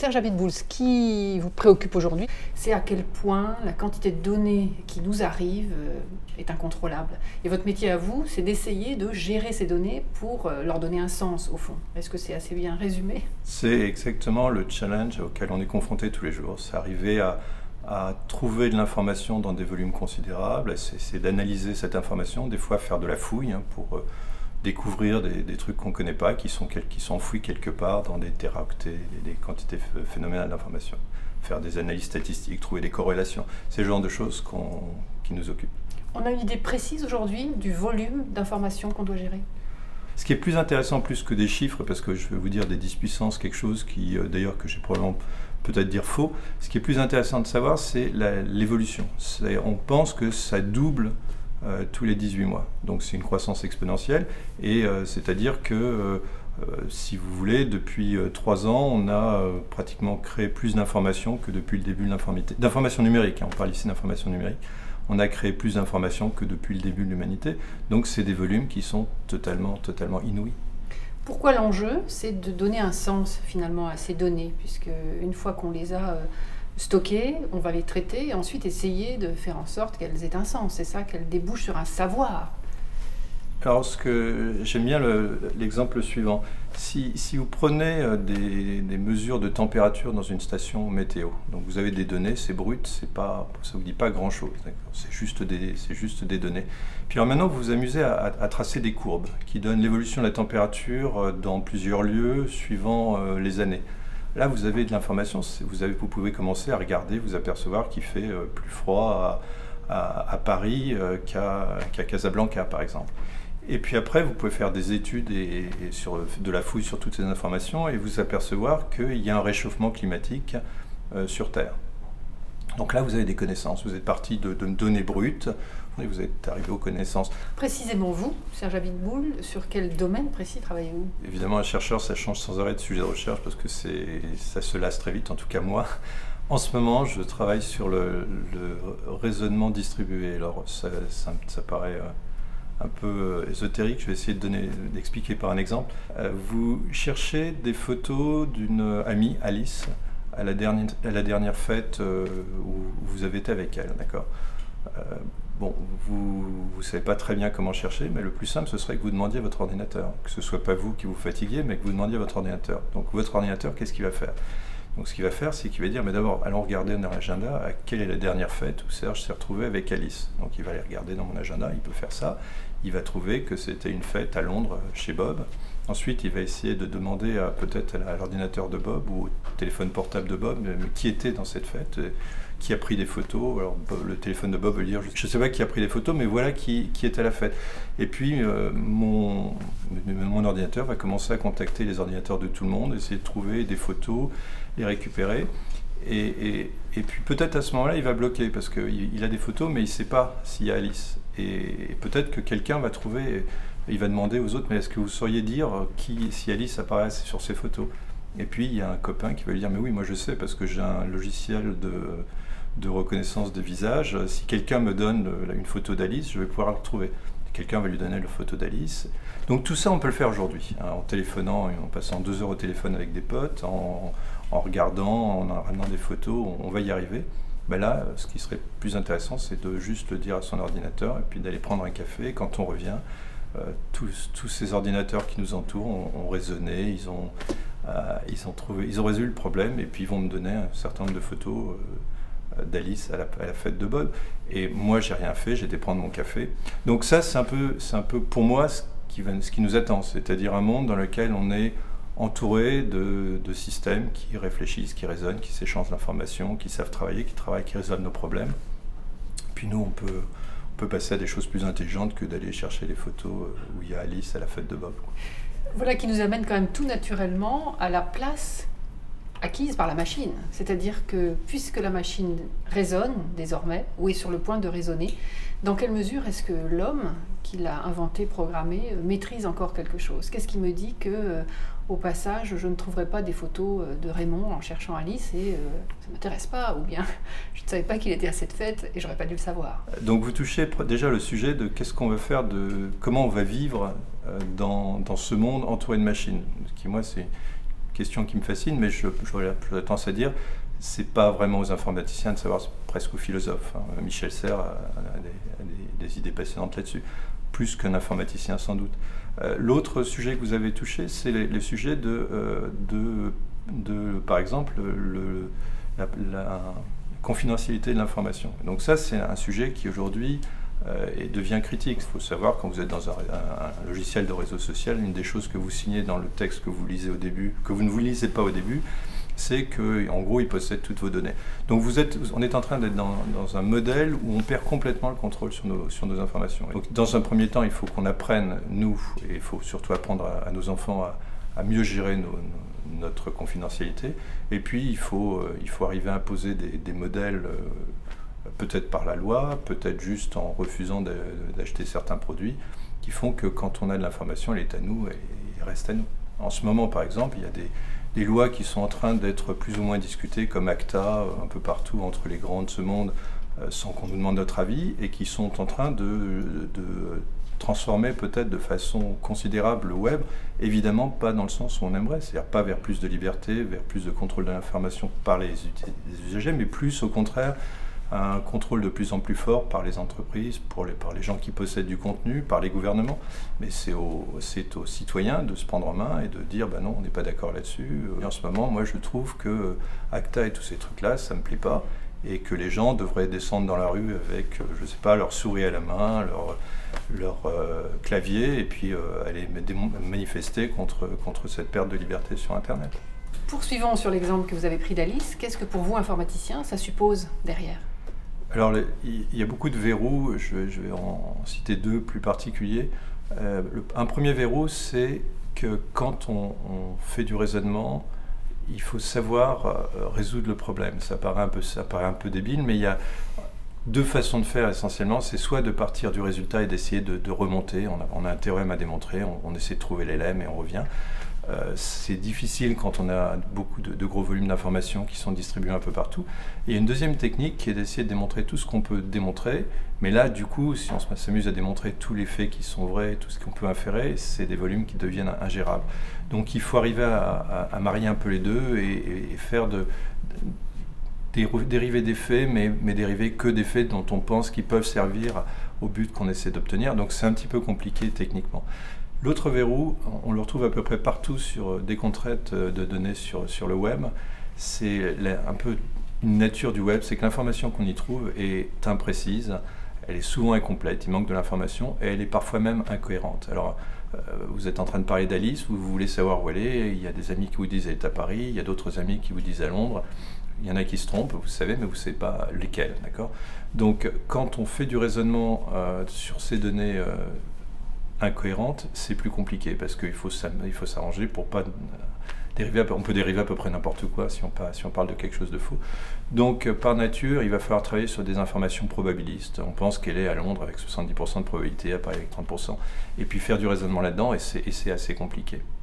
Serge Abiteboul, ce qui vous préoccupe aujourd'hui, c'est à quel point la quantité de données qui nous arrivent est incontrôlable. Et votre métier à vous, c'est d'essayer de gérer ces données pour leur donner un sens, au fond. Est-ce que c'est assez bien résumé? C'est exactement le challenge auquel on est confronté tous les jours. C'est arriver à trouver de l'information dans des volumes considérables, c'est d'analyser cette information, des fois faire de la fouille pour découvrir des trucs qu'on ne connaît pas, qui sont enfouis quelque part dans des téraoctets, des quantités phénoménales d'informations. Faire des analyses statistiques, trouver des corrélations, c'est le genre de choses qui nous occupent. On a une idée précise aujourd'hui du volume d'informations qu'on doit gérer? Ce qui est plus intéressant plus que des chiffres, parce que je vais vous dire des 10 puissance, quelque chose qui, d'ailleurs, que j'ai probablement peut-être dire faux, ce qui est plus intéressant de savoir, c'est l'évolution. On pense que ça double tous les 18 mois. Donc c'est une croissance exponentielle, et c'est-à-dire que, si vous voulez, depuis 3 ans, on a pratiquement créé plus d'informations que depuis le début de l'informité. D'informations numériques, on parle ici d'informations numériques. On a créé plus d'informations que depuis le début de l'humanité. Donc c'est des volumes qui sont totalement inouïs. Pourquoi l'enjeu, c'est de donner un sens finalement à ces données, puisque une fois qu'on les a stockées, on va les traiter et ensuite essayer de faire en sorte qu'elles aient un sens. C'est ça, qu'elles débouchent sur un savoir. Alors, j'aime bien l'exemple suivant. Si vous prenez des mesures de température dans une station météo, donc vous avez des données, c'est brut, ça ne vous dit pas grand-chose, c'est juste des données. Puis alors maintenant, vous vous amusez à tracer des courbes qui donnent l'évolution de la température dans plusieurs lieux suivant les années. Là, vous avez de l'information, vous pouvez commencer à regarder, vous apercevoir qu'il fait plus froid à Paris qu'à Casablanca, par exemple. Et puis après, vous pouvez faire des études et de la fouille sur toutes ces informations et vous apercevoir qu'il y a un réchauffement climatique sur Terre. Donc là, vous avez des connaissances. Vous êtes parti de données brutes et vous êtes arrivé aux connaissances. Précisément vous, Serge Abiteboul, sur quel domaine précis travaillez-vous? Évidemment, un chercheur, ça change sans arrêt de sujet de recherche parce que ça se lasse très vite, en tout cas moi. En ce moment, je travaille sur le raisonnement distribué. Alors, ça paraît un peu ésotérique, je vais essayer d'expliquer par un exemple. Vous cherchez des photos d'une amie, Alice, à la dernière fête où vous avez été avec elle, d'accord? Bon, vous ne savez pas très bien comment chercher, mais le plus simple, ce serait que vous demandiez à votre ordinateur, que ce ne soit pas vous qui vous fatiguiez, mais que vous demandiez à votre ordinateur. Donc votre ordinateur, qu'est-ce qu'il va faire? Donc ce qu'il va faire, c'est qu'il va dire, mais d'abord, allons regarder dans l'agenda à quelle est la dernière fête où Serge s'est retrouvé avec Alice. Donc il va aller regarder dans mon agenda, il peut faire ça. Il va trouver que c'était une fête à Londres chez Bob. Ensuite, il va essayer de demander peut-être à l'ordinateur de Bob ou au téléphone portable de Bob, mais qui était dans cette fête, qui a pris des photos. Alors le téléphone de Bob va lui dire, je ne sais pas qui a pris des photos, mais voilà qui est à la fête. Et puis mon ordinateur va commencer à contacter les ordinateurs de tout le monde, essayer de trouver des photos, les récupérer. Et puis peut-être à ce moment-là, il va bloquer parce qu'il a des photos, mais il ne sait pas s'il y a Alice. Et peut-être que quelqu'un va trouver, il va demander aux autres, mais est-ce que vous sauriez dire si Alice apparaît sur ces photos? Et puis il y a un copain qui va lui dire, mais oui, moi je sais parce que j'ai un logiciel de reconnaissance de visage. Si quelqu'un me donne une photo d'Alice, je vais pouvoir la retrouver. Quelqu'un va lui donner la photo d'Alice. Donc tout ça, on peut le faire aujourd'hui, hein, en téléphonant, en passant 2 heures au téléphone avec des potes, en regardant, en ramenant des photos, on va y arriver. Ben là, ce qui serait plus intéressant, c'est de juste le dire à son ordinateur et puis d'aller prendre un café. Et quand on revient, tous ces ordinateurs qui nous entourent ont raisonné, ils ont résolu le problème et puis ils vont me donner un certain nombre de photos d'Alice à la fête de Bob. Et moi, j'ai rien fait, j'ai été prendre mon café. Donc ça, c'est un peu pour moi ce qui nous attend, c'est-à-dire un monde dans lequel on est entouré de systèmes qui réfléchissent, qui raisonnent, qui s'échangent l'information, qui savent travailler, qui résolvent nos problèmes. Puis nous, on peut passer à des choses plus intelligentes que d'aller chercher les photos où il y a Alice à la fête de Bob. Voilà qui nous amène quand même tout naturellement à la place acquise par la machine. C'est-à-dire que puisque la machine raisonne désormais, ou est sur le point de raisonner, dans quelle mesure est-ce que l'homme qui l'a inventé, programmé, maîtrise encore quelque chose? Qu'est-ce qui me dit que, au passage, je ne trouverai pas des photos de Raymond en cherchant Alice et ça ne m'intéresse pas, ou bien je ne savais pas qu'il était à cette fête et j'aurais pas dû le savoir. Donc vous touchez déjà le sujet de qu'est-ce qu'on va faire, comment on va vivre dans ce monde entouré de machines, ce qui moi c'est question qui me fascine, mais j'aurais tendance à dire, c'est pas vraiment aux informaticiens de savoir, c'est presque aux philosophes. Michel Serres a des idées passionnantes là-dessus, plus qu'un informaticien sans doute. L'autre sujet que vous avez touché, c'est le sujet par exemple, la confidentialité de l'information. Donc ça, c'est un sujet qui aujourd'hui devient critique. Il faut savoir, quand vous êtes dans un logiciel de réseau social, une des choses que vous signez dans le texte que vous lisez au début, que vous ne vous lisez pas au début, c'est qu'en gros, il possède toutes vos données. Donc on est en train d'être dans un modèle où on perd complètement le contrôle sur nos informations. Donc dans un premier temps, il faut qu'on apprenne, nous, et il faut surtout apprendre à nos enfants à mieux gérer notre confidentialité. Et puis, il faut arriver à imposer des modèles, peut-être par la loi, peut-être juste en refusant d'acheter certains produits, qui font que quand on a de l'information, elle est à nous et elle reste à nous. En ce moment, par exemple, il y a des lois qui sont en train d'être plus ou moins discutées, comme ACTA, un peu partout entre les grands de ce monde, sans qu'on nous demande notre avis, et qui sont en train de transformer peut-être de façon considérable le web, évidemment pas dans le sens où on aimerait, c'est-à-dire pas vers plus de liberté, vers plus de contrôle de l'information par les usagers, mais plus au contraire un contrôle de plus en plus fort par les entreprises, par les gens qui possèdent du contenu, par les gouvernements. Mais c'est aux citoyens de se prendre en main et de dire bah non, on n'est pas d'accord là-dessus. Et en ce moment, moi je trouve que ACTA et tous ces trucs-là, ça ne me plaît pas, et que les gens devraient descendre dans la rue avec, je ne sais pas, leur souris à la main, leur clavier, et puis aller manifester contre cette perte de liberté sur Internet. Poursuivons sur l'exemple que vous avez pris d'Alice. Qu'est-ce que pour vous, informaticien, ça suppose derrière ? Alors, il y a beaucoup de verrous, je vais en citer deux plus particuliers. Un premier verrou, c'est que quand on fait du raisonnement, il faut savoir résoudre le problème. Ça paraît un peu débile, mais il y a deux façons de faire essentiellement. C'est soit de partir du résultat et d'essayer de remonter. On a un théorème à démontrer, on essaie de trouver les lemmes et on revient. C'est difficile quand on a beaucoup de gros volumes d'informations qui sont distribués un peu partout. Et une deuxième technique qui est d'essayer de démontrer tout ce qu'on peut démontrer. Mais là, du coup, si on s'amuse à démontrer tous les faits qui sont vrais, tout ce qu'on peut inférer, c'est des volumes qui deviennent ingérables. Donc il faut arriver à marier un peu les deux et faire dériver des faits, mais dériver que des faits dont on pense qu'ils peuvent servir au but qu'on essaie d'obtenir. Donc c'est un petit peu compliqué techniquement. L'autre verrou, on le retrouve à peu près partout dès qu'on traite de données sur le web. C'est un peu une nature du web, c'est que l'information qu'on y trouve est imprécise, elle est souvent incomplète, il manque de l'information et elle est parfois même incohérente. Alors, vous êtes en train de parler d'Alice, vous voulez savoir où elle est, il y a des amis qui vous disent qu'elle est à Paris, il y a d'autres amis qui vous disent à Londres, il y en a qui se trompent, vous savez, mais vous ne savez pas lesquels, d'accord ? Donc, quand on fait du raisonnement sur ces données incohérente, c'est plus compliqué parce qu'il faut s'arranger pour pas dériver. On peut dériver à peu près n'importe quoi si on parle de quelque chose de faux. Donc par nature, il va falloir travailler sur des informations probabilistes. On pense qu'elle est à Londres avec 70% de probabilité, à Paris avec 30%, et puis faire du raisonnement là-dedans, et c'est assez compliqué.